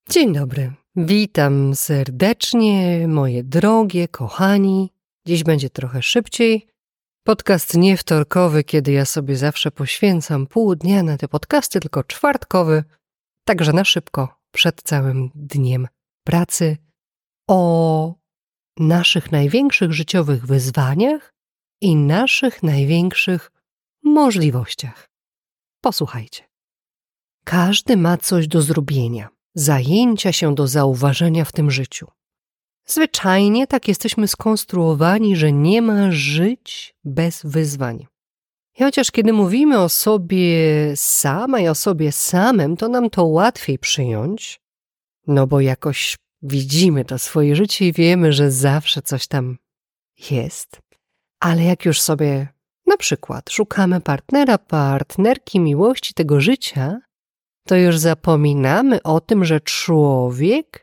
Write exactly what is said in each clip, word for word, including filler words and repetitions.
Dzień dobry, witam serdecznie, moje drogie, kochani. Dziś będzie trochę szybciej. Podcast nie wtorkowy, kiedy ja sobie zawsze poświęcam pół dnia na te podcasty, tylko czwartkowy, także na szybko, przed całym dniem pracy, o naszych największych życiowych wyzwaniach i naszych największych możliwościach. Posłuchajcie. Każdy ma coś do zrobienia. Zajęcia się do zauważenia w tym życiu. Zwyczajnie tak jesteśmy skonstruowani, że nie ma żyć bez wyzwań. I chociaż kiedy mówimy o sobie samej, o sobie samym, to nam to łatwiej przyjąć, no bo jakoś widzimy to swoje życie i wiemy, że zawsze coś tam jest. Ale jak już sobie na przykład szukamy partnera, partnerki, miłości tego życia, to już zapominamy o tym, że człowiek,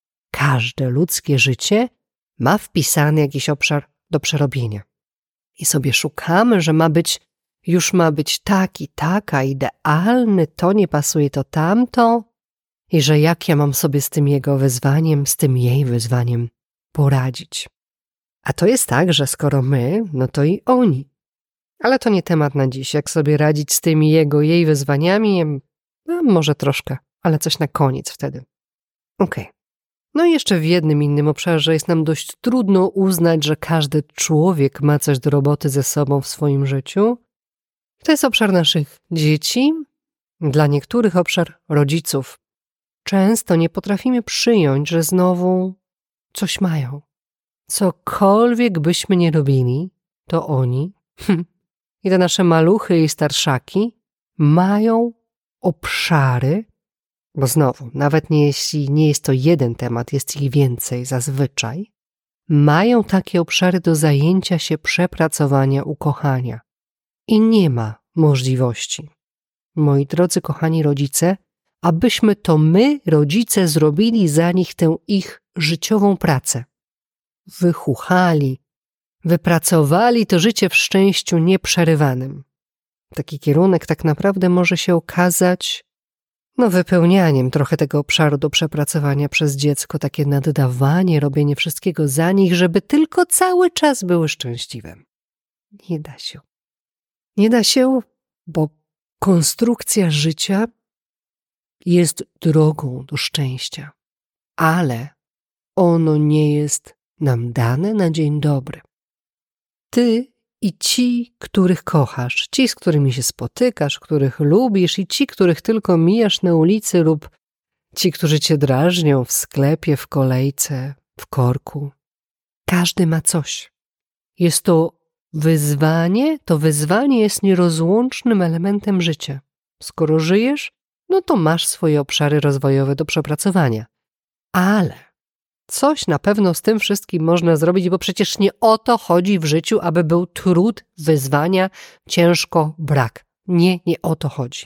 każde ludzkie życie ma wpisany jakiś obszar do przerobienia. I sobie szukamy, że ma być, już ma być taki, taka, idealny, to nie pasuje, to tamto. I że jak ja mam sobie z tym jego wyzwaniem, z tym jej wyzwaniem poradzić. A to jest tak, że skoro my, no to i oni. Ale to nie temat na dziś. Jak sobie radzić z tymi jego, jej wyzwaniami, no, może troszkę, ale coś na koniec wtedy. Okej. Okay. No i jeszcze w jednym innym obszarze jest nam dość trudno uznać, że każdy człowiek ma coś do roboty ze sobą w swoim życiu. To jest obszar naszych dzieci, dla niektórych obszar rodziców. Często nie potrafimy przyjąć, że znowu coś mają. Cokolwiek byśmy nie robili, to oni i te nasze maluchy i starszaki mają obszary, bo znowu, nawet nie, jeśli nie jest to jeden temat, jest ich więcej zazwyczaj, mają takie obszary do zajęcia się przepracowania, ukochania. I nie ma możliwości, moi drodzy kochani rodzice, abyśmy to my, rodzice, zrobili za nich tę ich życiową pracę. Wychuchali, wypracowali to życie w szczęściu nieprzerywanym. Taki kierunek tak naprawdę może się okazać no, wypełnianiem trochę tego obszaru do przepracowania przez dziecko, takie naddawanie, robienie wszystkiego za nich, żeby tylko cały czas były szczęśliwe. Nie da się. Nie da się, bo konstrukcja życia jest drogą do szczęścia, ale ono nie jest nam dane na dzień dobry. Ty i ci, których kochasz, ci, z którymi się spotykasz, których lubisz i ci, których tylko mijasz na ulicy lub ci, którzy cię drażnią w sklepie, w kolejce, w korku. Każdy ma coś. Jest to wyzwanie, to wyzwanie jest nierozłącznym elementem życia. Skoro żyjesz, no to masz swoje obszary rozwojowe do przepracowania. Ale coś na pewno z tym wszystkim można zrobić, bo przecież nie o to chodzi w życiu, aby był trud, wyzwania, ciężko, brak. Nie, nie o to chodzi.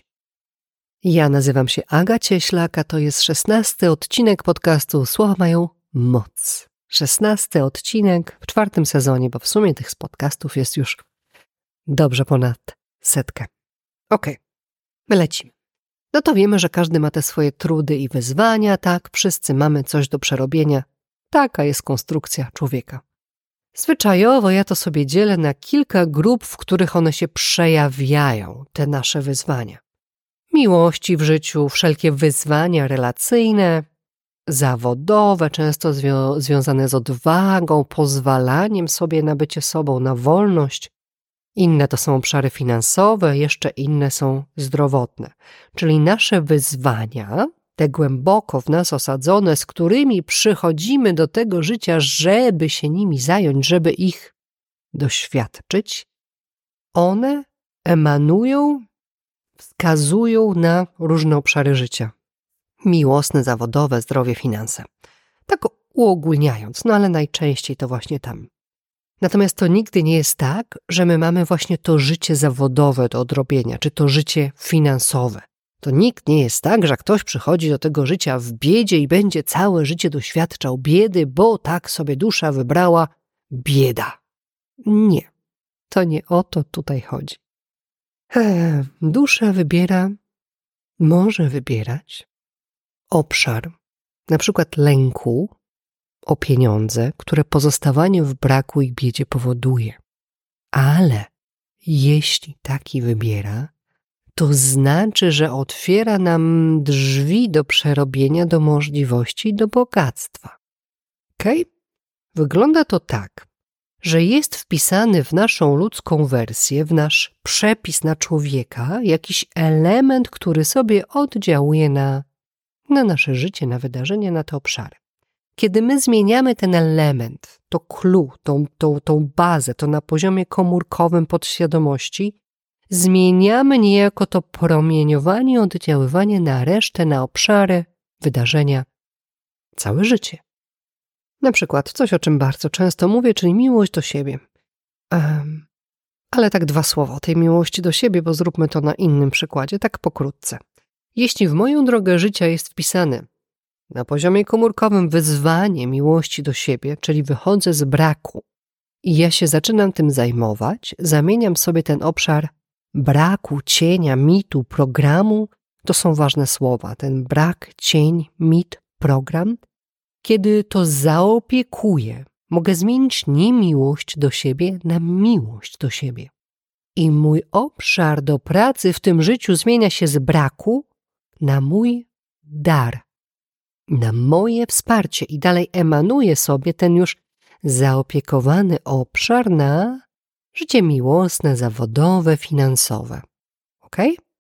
Ja nazywam się Aga Cieślak, a to jest szesnasty odcinek podcastu Słowa mają moc. Szesnasty odcinek w czwartym sezonie, bo w sumie tych podcastów jest już dobrze ponad setkę. Okej, my lecimy. No to wiemy, że każdy ma te swoje trudy i wyzwania, tak? Wszyscy mamy coś do przerobienia. Taka jest konstrukcja człowieka. Zwyczajowo ja to sobie dzielę na kilka grup, w których one się przejawiają, te nasze wyzwania. Miłości w życiu, wszelkie wyzwania relacyjne, zawodowe, często zwią- związane z odwagą, pozwalaniem sobie na bycie sobą, na wolność. Inne to są obszary finansowe, jeszcze inne są zdrowotne. Czyli nasze wyzwania, te głęboko w nas osadzone, z którymi przychodzimy do tego życia, żeby się nimi zająć, żeby ich doświadczyć, one emanują, wskazują na różne obszary życia. Miłosne, zawodowe, zdrowie, finanse. Tak uogólniając, no ale najczęściej to właśnie tam. Natomiast to nigdy nie jest tak, że my mamy właśnie to życie zawodowe do odrobienia, czy to życie finansowe. To nikt nie jest tak, że ktoś przychodzi do tego życia w biedzie i będzie całe życie doświadczał biedy, bo tak sobie dusza wybrała bieda. Nie, to nie o to tutaj chodzi. He, dusza wybiera, może wybierać obszar na przykład lęku o pieniądze, które pozostawanie w braku i biedzie powoduje. Ale jeśli taki wybiera, to znaczy, że otwiera nam drzwi do przerobienia, do możliwości, do bogactwa. Okej? Okay? Wygląda to tak, że jest wpisany w naszą ludzką wersję, w nasz przepis na człowieka, jakiś element, który sobie oddziałuje na, na nasze życie, na wydarzenia, na te obszary. Kiedy my zmieniamy ten element, to clue, tą, tą, tą bazę, to na poziomie komórkowym podświadomości, zmieniamy niejako to promieniowanie, oddziaływanie na resztę, na obszary, wydarzenia, całe życie. Na przykład coś, o czym bardzo często mówię, czyli miłość do siebie. Um, ale tak dwa słowa o tej miłości do siebie, bo zróbmy to na innym przykładzie, tak pokrótce. Jeśli w moją drogę życia jest wpisane na poziomie komórkowym wyzwanie miłości do siebie, czyli wychodzę z braku i ja się zaczynam tym zajmować, zamieniam sobie ten obszar braku, cienia, mitu, programu, to są ważne słowa, ten brak, cień, mit, program. Kiedy to zaopiekuję, mogę zmienić niemiłość do siebie na miłość do siebie. I mój obszar do pracy w tym życiu zmienia się z braku na mój dar, na moje wsparcie i dalej emanuję sobie ten już zaopiekowany obszar na życie miłosne, zawodowe, finansowe. Ok?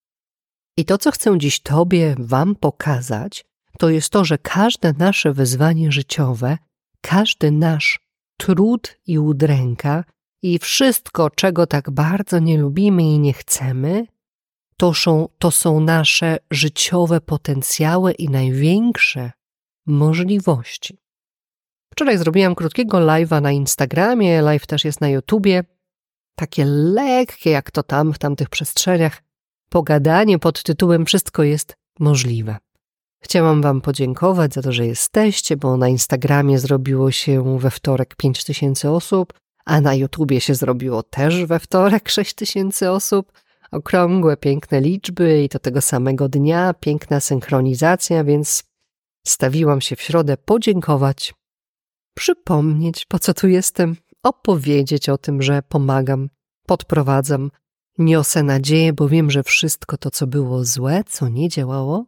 I to, co chcę dziś Tobie, Wam pokazać, to jest to, że każde nasze wyzwanie życiowe, każdy nasz trud i udręka i wszystko, czego tak bardzo nie lubimy i nie chcemy, to są, to są nasze życiowe potencjały i największe możliwości. Wczoraj zrobiłam krótkiego live'a na Instagramie, live też jest na YouTubie, takie lekkie, jak to tam w tamtych przestrzeniach, pogadanie pod tytułem Wszystko jest możliwe. Chciałam Wam podziękować za to, że jesteście, bo na Instagramie zrobiło się we wtorek pięć tysięcy osób, a na YouTubie się zrobiło też we wtorek sześć tysięcy osób. Okrągłe, piękne liczby i to tego samego dnia, piękna synchronizacja, więc stawiłam się w środę podziękować, przypomnieć, po co tu jestem, opowiedzieć o tym, że pomagam, podprowadzam, niosę nadzieję, bo wiem, że wszystko to, co było złe, co nie działało,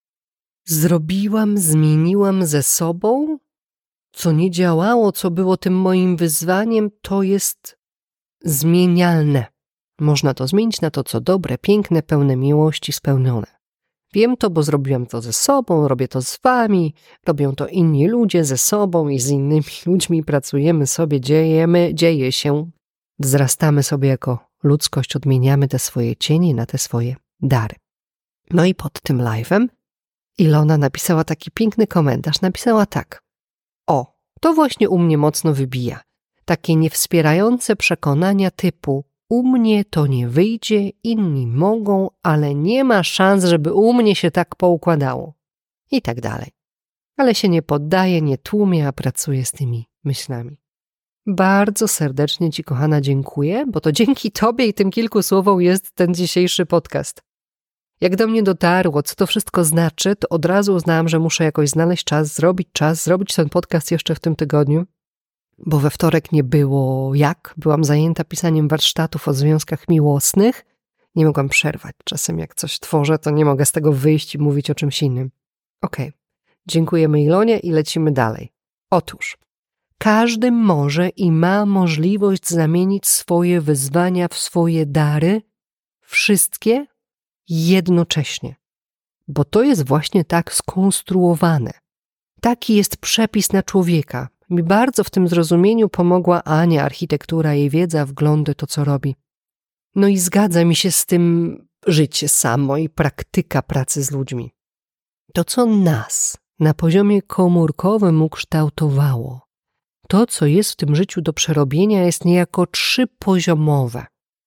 zrobiłam, zmieniłam ze sobą, co nie działało, co było tym moim wyzwaniem, to jest zmienialne. Można to zmienić na to, co dobre, piękne, pełne miłości, spełnione. Wiem to, bo zrobiłam to ze sobą, robię to z Wami, robią to inni ludzie ze sobą i z innymi ludźmi, pracujemy sobie, dziejemy, dzieje się, wzrastamy sobie jako ludzkość, odmieniamy te swoje cienie na te swoje dary. No i pod tym live'em Ilona napisała taki piękny komentarz, napisała tak: o, to właśnie u mnie mocno wybija. Takie niewspierające przekonania typu u mnie to nie wyjdzie, inni mogą, ale nie ma szans, żeby u mnie się tak poukładało. I tak dalej. Ale się nie poddaję, nie tłumię, a pracuję z tymi myślami. Bardzo serdecznie Ci, kochana, dziękuję, bo to dzięki Tobie i tym kilku słowom jest ten dzisiejszy podcast. Jak do mnie dotarło, co to wszystko znaczy, to od razu uznałam, że muszę jakoś znaleźć czas, zrobić czas, zrobić ten podcast jeszcze w tym tygodniu, bo we wtorek nie było jak. Byłam zajęta pisaniem warsztatów o związkach miłosnych. Nie mogłam przerwać. Czasem jak coś tworzę, to nie mogę z tego wyjść i mówić o czymś innym. Okej, okay. Dziękujemy Ilonie i lecimy dalej. Otóż, każdy może i ma możliwość zamienić swoje wyzwania w swoje dary, wszystkie jednocześnie. Bo to jest właśnie tak skonstruowane. Taki jest przepis na człowieka. Mi bardzo w tym zrozumieniu pomogła Ania, architektura, jej wiedza, wglądy, to co robi. No i zgadza mi się z tym życie samo i praktyka pracy z ludźmi. To, co nas na poziomie komórkowym ukształtowało, to, co jest w tym życiu do przerobienia, jest niejako trzypoziomowe.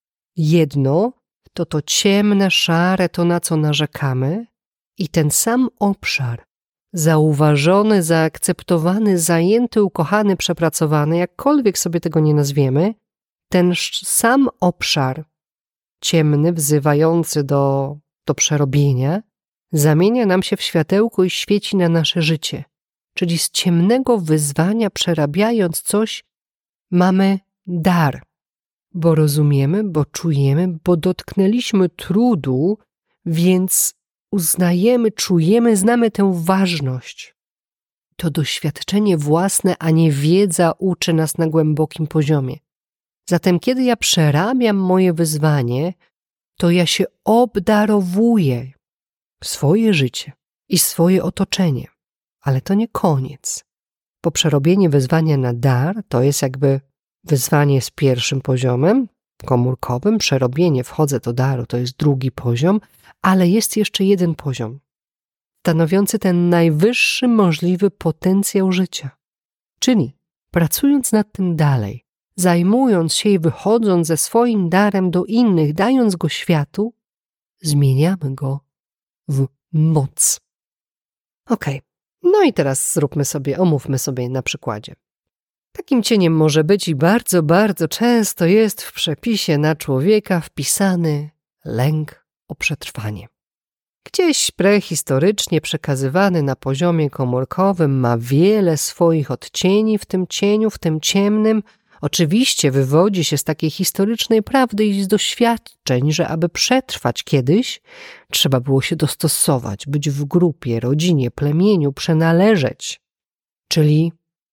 Jedno to to ciemne, szare, to na co narzekamy i ten sam obszar, zauważony, zaakceptowany, zajęty, ukochany, przepracowany, jakkolwiek sobie tego nie nazwiemy, ten sam obszar ciemny, wzywający do, do przerobienia, zamienia nam się w światełko i świeci na nasze życie. czyli z ciemnego wyzwania przerabiając coś, mamy dar. Bo rozumiemy, bo czujemy, bo dotknęliśmy trudu, więc uznajemy, czujemy, znamy tę ważność. To doświadczenie własne, a nie wiedza uczy nas na głębokim poziomie. Zatem kiedy ja przerabiam moje wyzwanie, to ja się obdarowuję swoje życie i swoje otoczenie. Ale to nie koniec. Bo przerobienie wyzwania na dar to jest jakby wyzwanie z pierwszym poziomem komórkowym, przerobienie, wchodzę do daru, to jest drugi poziom, ale jest jeszcze jeden poziom, stanowiący ten najwyższy możliwy potencjał życia. Czyli pracując nad tym dalej, zajmując się i wychodząc ze swoim darem do innych, dając go światu, zmieniamy go w moc. Okej, no i teraz zróbmy sobie, omówmy sobie na przykładzie. Takim cieniem może być i bardzo, bardzo często jest w przepisie na człowieka wpisany lęk o przetrwanie. Gdzieś prehistorycznie przekazywany na poziomie komórkowym ma wiele swoich odcieni w tym cieniu, w tym ciemnym. Oczywiście wywodzi się z takiej historycznej prawdy i z doświadczeń, że aby przetrwać kiedyś, trzeba było się dostosować, być w grupie, rodzinie, plemieniu, przynależeć, czyli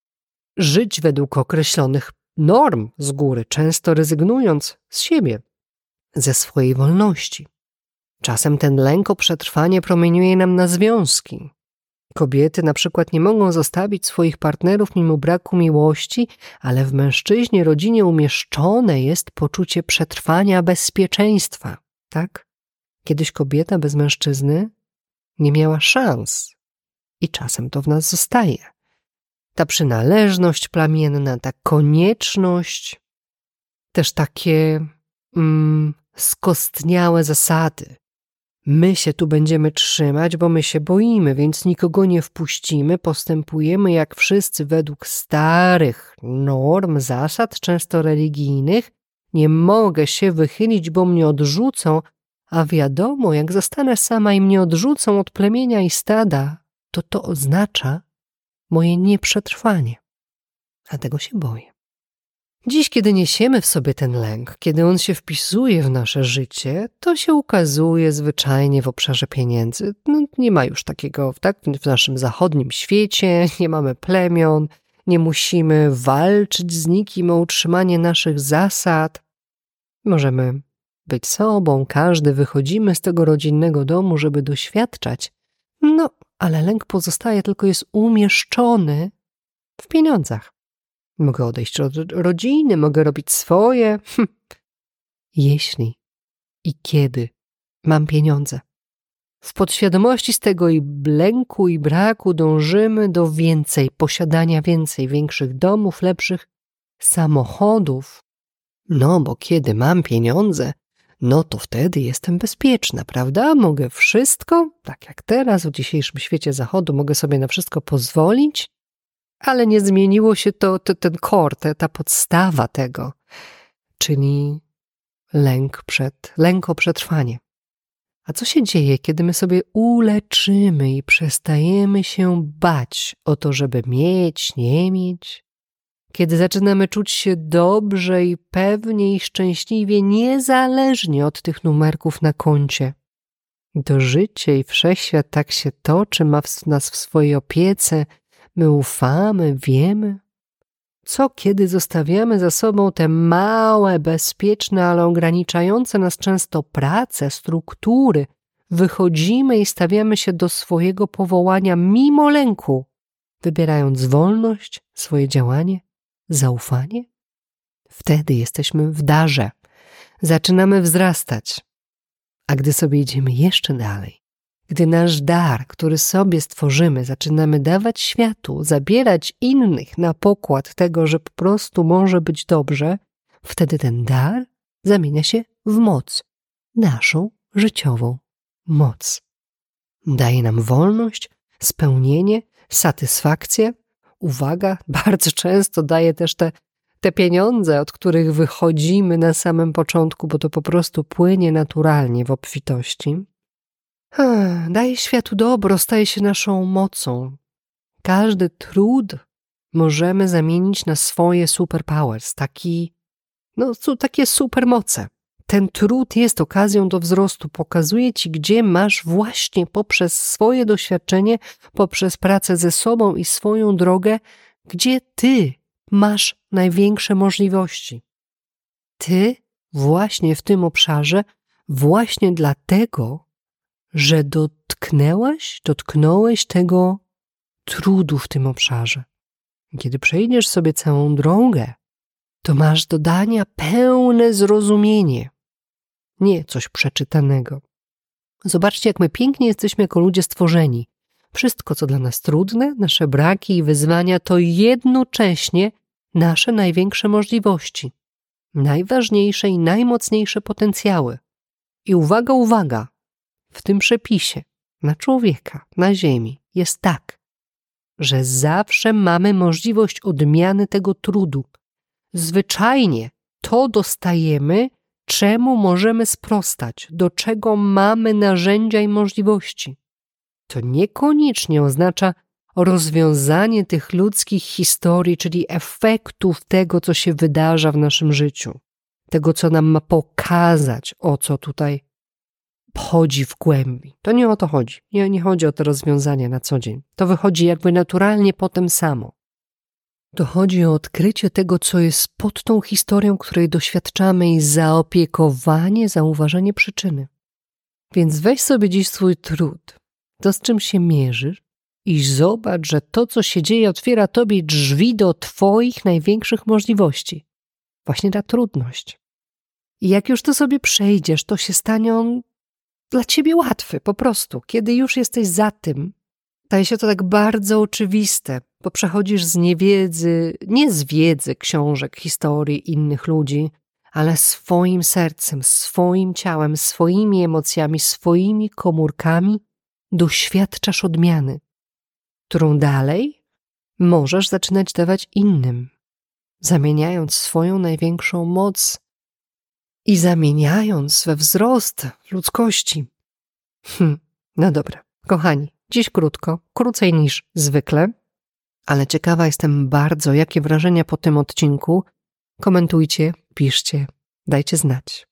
żyć według określonych norm z góry, często rezygnując z siebie, ze swojej wolności. Czasem ten lęk o przetrwanie promieniuje nam na związki. Kobiety na przykład nie mogą zostawić swoich partnerów mimo braku miłości, ale w mężczyźnie, rodzinie umieszczone jest poczucie przetrwania, bezpieczeństwa. Tak? Kiedyś kobieta bez mężczyzny nie miała szans i czasem to w nas zostaje. Ta przynależność plemienna, ta konieczność, też takie mm, skostniałe zasady. My się tu będziemy trzymać, bo my się boimy, więc nikogo nie wpuścimy, postępujemy jak wszyscy według starych norm, zasad, często religijnych. Nie mogę się wychylić, bo mnie odrzucą, a wiadomo, jak zostanę sama i mnie odrzucą od plemienia i stada, to to oznacza moje nieprzetrwanie. A tego się boję. Dziś, kiedy niesiemy w sobie ten lęk, kiedy on się wpisuje w nasze życie, to się ukazuje zwyczajnie w obszarze pieniędzy. No, nie ma już takiego, tak, w naszym zachodnim świecie, nie mamy plemion, nie musimy walczyć z nikim o utrzymanie naszych zasad. Możemy być sobą, każdy wychodzimy z tego rodzinnego domu, żeby doświadczać. No, ale lęk pozostaje, tylko jest umieszczony w pieniądzach. Mogę odejść od rodziny, mogę robić swoje. Hm. Jeśli i kiedy mam pieniądze. W podświadomości z tego i lęku i braku dążymy do więcej, posiadania więcej, większych domów, lepszych samochodów. No bo kiedy mam pieniądze, no to wtedy jestem bezpieczna, prawda? Mogę wszystko, tak jak teraz w dzisiejszym świecie zachodu, mogę sobie na wszystko pozwolić, ale nie zmieniło się to, to ten core, ta, ta podstawa tego, czyli lęk przed, lęk o przetrwanie. A co się dzieje, kiedy my sobie uleczymy i przestajemy się bać o to, żeby mieć, nie mieć? Kiedy zaczynamy czuć się dobrze i pewnie i szczęśliwie, niezależnie od tych numerków na koncie. To życie i wszechświat tak się toczy, ma nas w swojej opiece, my ufamy, wiemy. Co kiedy zostawiamy za sobą te małe, bezpieczne, ale ograniczające nas często prace, struktury, wychodzimy i stawiamy się do swojego powołania mimo lęku, wybierając wolność, swoje działanie, zaufanie? Wtedy jesteśmy w darze, zaczynamy wzrastać. A gdy sobie idziemy jeszcze dalej, gdy nasz dar, który sobie stworzymy, zaczynamy dawać światu, zabierać innych na pokład tego, że po prostu może być dobrze, wtedy ten dar zamienia się w moc, naszą życiową moc. Daje nam wolność, spełnienie, satysfakcję. Uwaga, bardzo często daje też te, te pieniądze, od których wychodzimy na samym początku, bo to po prostu płynie naturalnie w obfitości. Daje światu dobro, staje się naszą mocą. Każdy trud możemy zamienić na swoje superpowers, taki, no, takie supermoce. Ten trud jest okazją do wzrostu, pokazuje ci, gdzie masz właśnie poprzez swoje doświadczenie, poprzez pracę ze sobą i swoją drogę, gdzie ty masz największe możliwości. Ty właśnie w tym obszarze, właśnie dlatego, że dotknęłaś, dotknąłeś tego trudu w tym obszarze. Kiedy przejdziesz sobie całą drogę, to masz do dania pełne zrozumienie, nie coś przeczytanego. Zobaczcie, jak my pięknie jesteśmy jako ludzie stworzeni. Wszystko, co dla nas trudne, nasze braki i wyzwania, to jednocześnie nasze największe możliwości, najważniejsze i najmocniejsze potencjały. I uwaga, uwaga, w tym przepisie na człowieka, na ziemi jest tak, że zawsze mamy możliwość odmiany tego trudu. Zwyczajnie to dostajemy, czemu możemy sprostać, do czego mamy narzędzia i możliwości. To niekoniecznie oznacza rozwiązanie tych ludzkich historii, czyli efektów tego, co się wydarza w naszym życiu, tego, co nam ma pokazać, o co tutaj chodzi w głębi. To nie o to chodzi. Nie, nie chodzi o te rozwiązania na co dzień. To wychodzi jakby naturalnie potem samo. To chodzi o odkrycie tego, co jest pod tą historią, której doświadczamy i zaopiekowanie, zauważenie przyczyny. Więc weź sobie dziś swój trud, to z czym się mierzysz i zobacz, że to, co się dzieje, otwiera tobie drzwi do twoich największych możliwości. Właśnie ta trudność. I jak już to sobie przejdziesz, to się stanie on dla ciebie łatwy, po prostu. Kiedy już jesteś za tym, staje się to tak bardzo oczywiste, bo przechodzisz z niewiedzy, nie z wiedzy książek, historii innych ludzi, ale swoim sercem, swoim ciałem, swoimi emocjami, swoimi komórkami doświadczasz odmiany, którą dalej możesz zaczynać dawać innym, zamieniając swoją największą moc i zamieniając we wzrost ludzkości. Hm, no dobra, kochani, dziś krótko, krócej niż zwykle, ale ciekawa jestem bardzo, jakie wrażenia po tym odcinku. Komentujcie, piszcie, dajcie znać.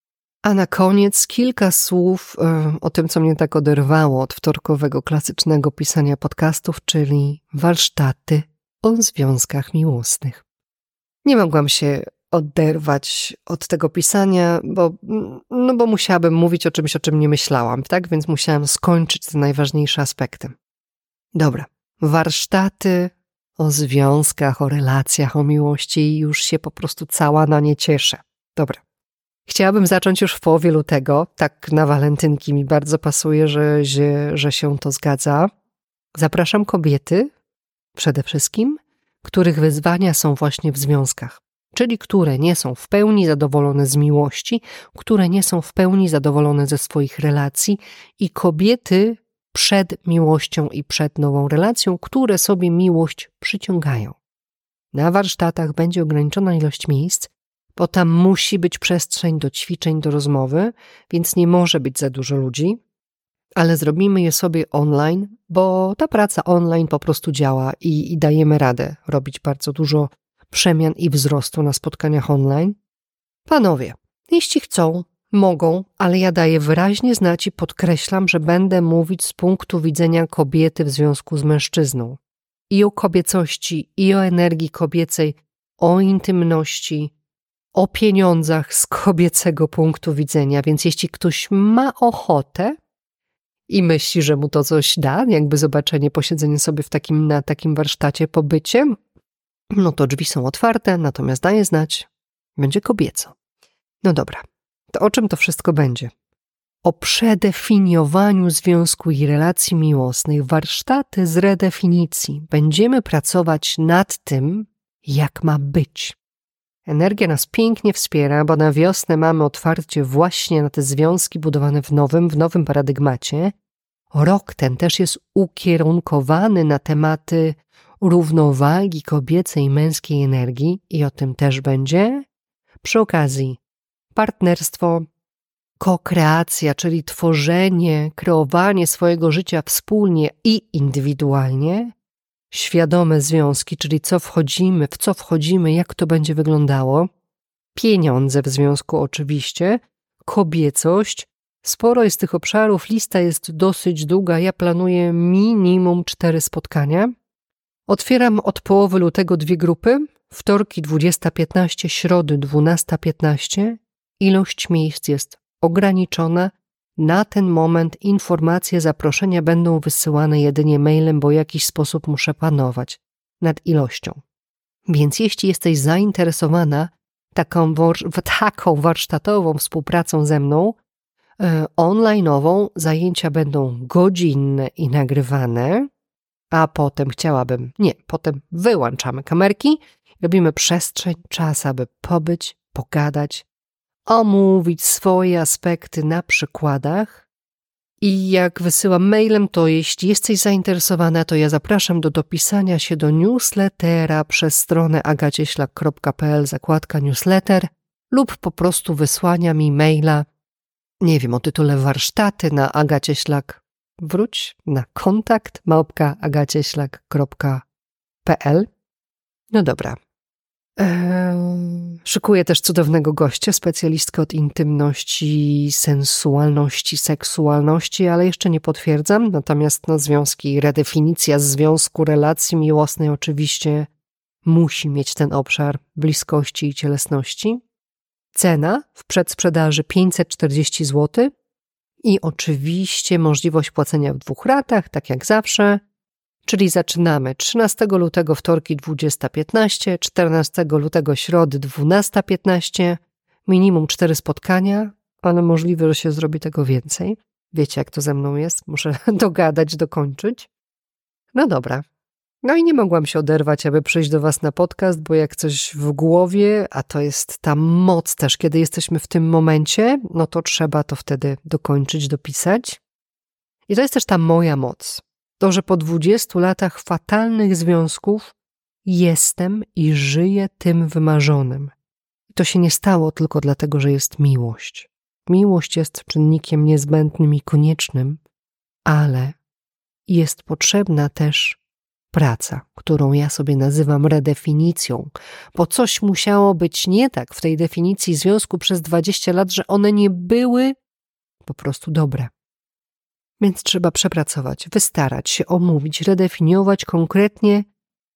A na koniec kilka słów y, o tym, co mnie tak oderwało od wtorkowego klasycznego pisania podcastów, czyli warsztaty o związkach miłosnych. Nie mogłam się oderwać od tego pisania, bo, no bo musiałabym mówić o czymś, o czym nie myślałam, tak? Więc musiałam skończyć te najważniejsze aspekty. Dobra, warsztaty o związkach, o relacjach, o miłości i już się po prostu cała na nie cieszę. Dobra. Chciałabym zacząć już w połowie lutego, tak na walentynki mi bardzo pasuje, że, że, że się to zgadza. Zapraszam kobiety, przede wszystkim, których wyzwania są właśnie w związkach, czyli które nie są w pełni zadowolone z miłości, które nie są w pełni zadowolone ze swoich relacji i kobiety przed miłością i przed nową relacją, które sobie miłość przyciągają. Na warsztatach będzie ograniczona ilość miejsc, bo tam musi być przestrzeń do ćwiczeń, do rozmowy, więc nie może być za dużo ludzi, ale zrobimy je sobie online, bo ta praca online po prostu działa i, i dajemy radę robić bardzo dużo przemian i wzrostu na spotkaniach online. Panowie, jeśli chcą, mogą, ale ja daję wyraźnie znać i podkreślam, że będę mówić z punktu widzenia kobiety w związku z mężczyzną. I o kobiecości, i o energii kobiecej, o intymności, o pieniądzach z kobiecego punktu widzenia, więc jeśli ktoś ma ochotę i myśli, że mu to coś da, jakby zobaczenie, posiedzenie sobie w takim, na takim warsztacie, pobycie, no to drzwi są otwarte, natomiast daję znać, będzie kobieco. No dobra, to o czym to wszystko będzie? O przedefiniowaniu związku i relacji miłosnych, warsztaty z redefinicji. Będziemy pracować nad tym, jak ma być. Energia nas pięknie wspiera, bo na wiosnę mamy otwarcie właśnie na te związki budowane w nowym, w nowym paradygmacie. Rok ten też jest ukierunkowany na tematy równowagi kobiecej i męskiej energii i o tym też będzie. Przy okazji partnerstwo, kokreacja, czyli tworzenie, kreowanie swojego życia wspólnie i indywidualnie, świadome związki, czyli co wchodzimy, w co wchodzimy, jak to będzie wyglądało, pieniądze w związku oczywiście, kobiecość. Sporo jest tych obszarów, lista jest dosyć długa, ja planuję minimum cztery spotkania. Otwieram od połowy lutego dwie grupy, wtorki dwudziesta piętnaście, środy dwunasta piętnaście. Ilość miejsc jest ograniczona. Na ten moment informacje, zaproszenia będą wysyłane jedynie mailem, bo w jakiś sposób muszę panować nad ilością. Więc jeśli jesteś zainteresowana taką, taką warsztatową współpracą ze mną, e, online'ową, zajęcia będą godzinne i nagrywane, a potem chciałabym, nie, potem wyłączamy kamerki, robimy przestrzeń, czas, aby pobyć, pogadać, omówić swoje aspekty na przykładach. I jak wysyłam mailem, to jeśli jesteś zainteresowana, to ja zapraszam do dopisania się do newslettera przez stronę agacieślak kropka p l, zakładka newsletter, lub po prostu wysłania mi maila, nie wiem, o tytule warsztaty na agacieślak, wróć na kontakt małpka agacieślak kropka p l. No dobra. Eee, szykuję też cudownego gościa, specjalistkę od intymności, sensualności, seksualności, ale jeszcze nie potwierdzam. Natomiast no, związki, redefinicja związku, relacji miłosnej oczywiście musi mieć ten obszar bliskości i cielesności. Cena w przedsprzedaży pięćset czterdzieści złotych i oczywiście możliwość płacenia w dwóch ratach, tak jak zawsze. Czyli zaczynamy trzynastego lutego wtorki dwudziesta piętnaście, czternastego lutego środy dwunasta piętnaście, minimum cztery spotkania, ale możliwe, że się zrobi tego więcej. Wiecie, jak to ze mną jest, muszę dogadać, dokończyć. No dobra. No i nie mogłam się oderwać, aby przyjść do was na podcast, bo jak coś w głowie, a to jest ta moc też, kiedy jesteśmy w tym momencie, no to trzeba to wtedy dokończyć, dopisać. I to jest też ta moja moc. To, że po dwudziestu latach fatalnych związków jestem i żyję tym wymarzonym. I to się nie stało tylko dlatego, że jest miłość. Miłość jest czynnikiem niezbędnym i koniecznym, ale jest potrzebna też praca, którą ja sobie nazywam redefinicją, bo coś musiało być nie tak w tej definicji związku przez dwadzieścia lat, że one nie były po prostu dobre. Więc trzeba przepracować, wystarać się, omówić, redefiniować konkretnie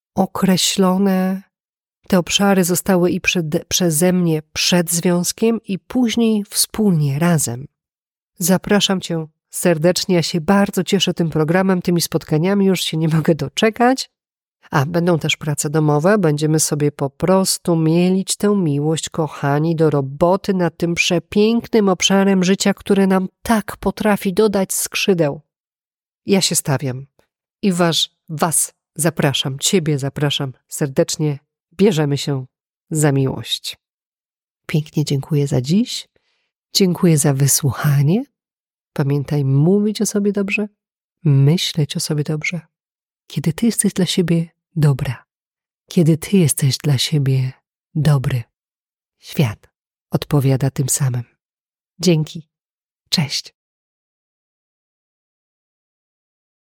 określone. Te obszary zostały i przed, przeze mnie przed związkiem i później wspólnie, razem. Zapraszam cię serdecznie, ja się bardzo cieszę tym programem, tymi spotkaniami, już się nie mogę doczekać. A będą też prace domowe, będziemy sobie po prostu mielić tę miłość, kochani, do roboty nad tym przepięknym obszarem życia, który nam tak potrafi dodać skrzydeł. Ja się stawiam i was, was zapraszam, ciebie zapraszam serdecznie, bierzemy się za miłość. Pięknie dziękuję za dziś, dziękuję za wysłuchanie. Pamiętaj mówić o sobie dobrze, myśleć o sobie dobrze. Kiedy ty jesteś dla siebie dobra, kiedy ty jesteś dla siebie dobry, świat odpowiada tym samym. Dzięki. Cześć.